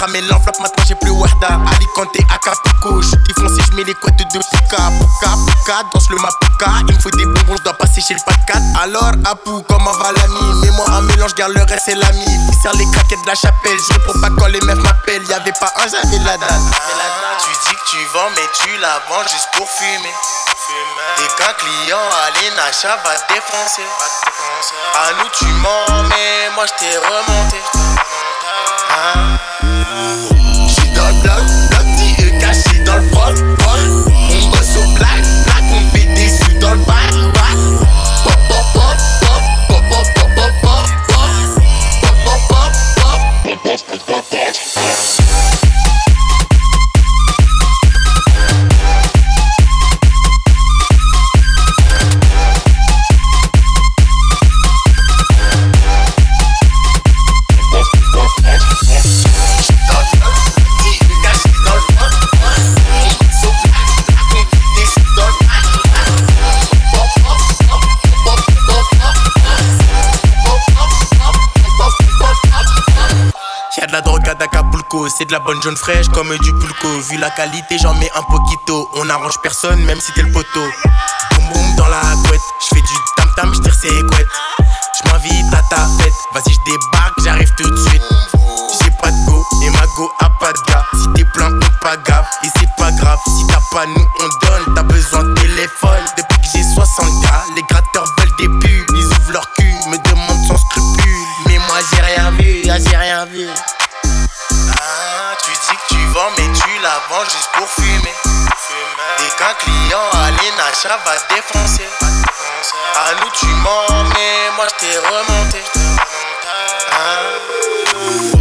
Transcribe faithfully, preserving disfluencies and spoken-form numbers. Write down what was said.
cramé l'enveloppe, maintenant j'ai plus Warda. Alicante, Acapulco, je suis défoncé, je mets les couettes de Tika. Pouka, Pouka, danse le Mapuka. Il me faut des bonbons, je dois passer chez le Pat quatre. Alors, Apou, comment va l'ami? Mets-moi un mélange, garde le reste, c'est l'ami. Il sert les craquettes de la chapelle, je réponds pas quand les meufs m'appellent. Y'avait pas un, j'avais la date. Tu dis que tu vends, mais tu la vends juste pour fumer. T'es qu'un client, allez, Nacha va te défoncer. À nous tu mens, mais moi je t'ai remonté. Hein? J'suis dans le bloc, bloc dit E caché dans le froc, froc. On bosse au black, black, on fait des sous dans le bac, bac. Pop, pop, pop, pop, pop, pop, pop, pop, pop, pop, pop, pop, pop, pop, pop, pop. Y'a de la drogue à Acapulco, c'est de la bonne jaune fraîche comme du pulco. Vu la qualité, j'en mets un poquito. On arrange personne, même si t'es le poteau. Boum boum dans la couette, j'fais du tam tam, j'tire ses couettes. J'm'invite à ta fête, vas-y j'débarque, j'arrive tout de suite. J'ai pas de go, et ma go a pas de gars. Si t'es plein, on pas gaffe, et c'est pas grave. Si t'as pas, nous on donne, t'as besoin de téléphone. Depuis que j'ai soixante K, les gratteurs veulent des pubs. Ils ouvrent leur cul, me demandent sans scrupule. Mais moi j'ai rien vu, ah, j'ai rien vu. Ah, tu dis que tu vends, mais tu la vends juste pour fumer. T'es qu'un client, allez, Nacha va te défoncer. À nous tu mens, mais moi je t'ai remonté. Ah.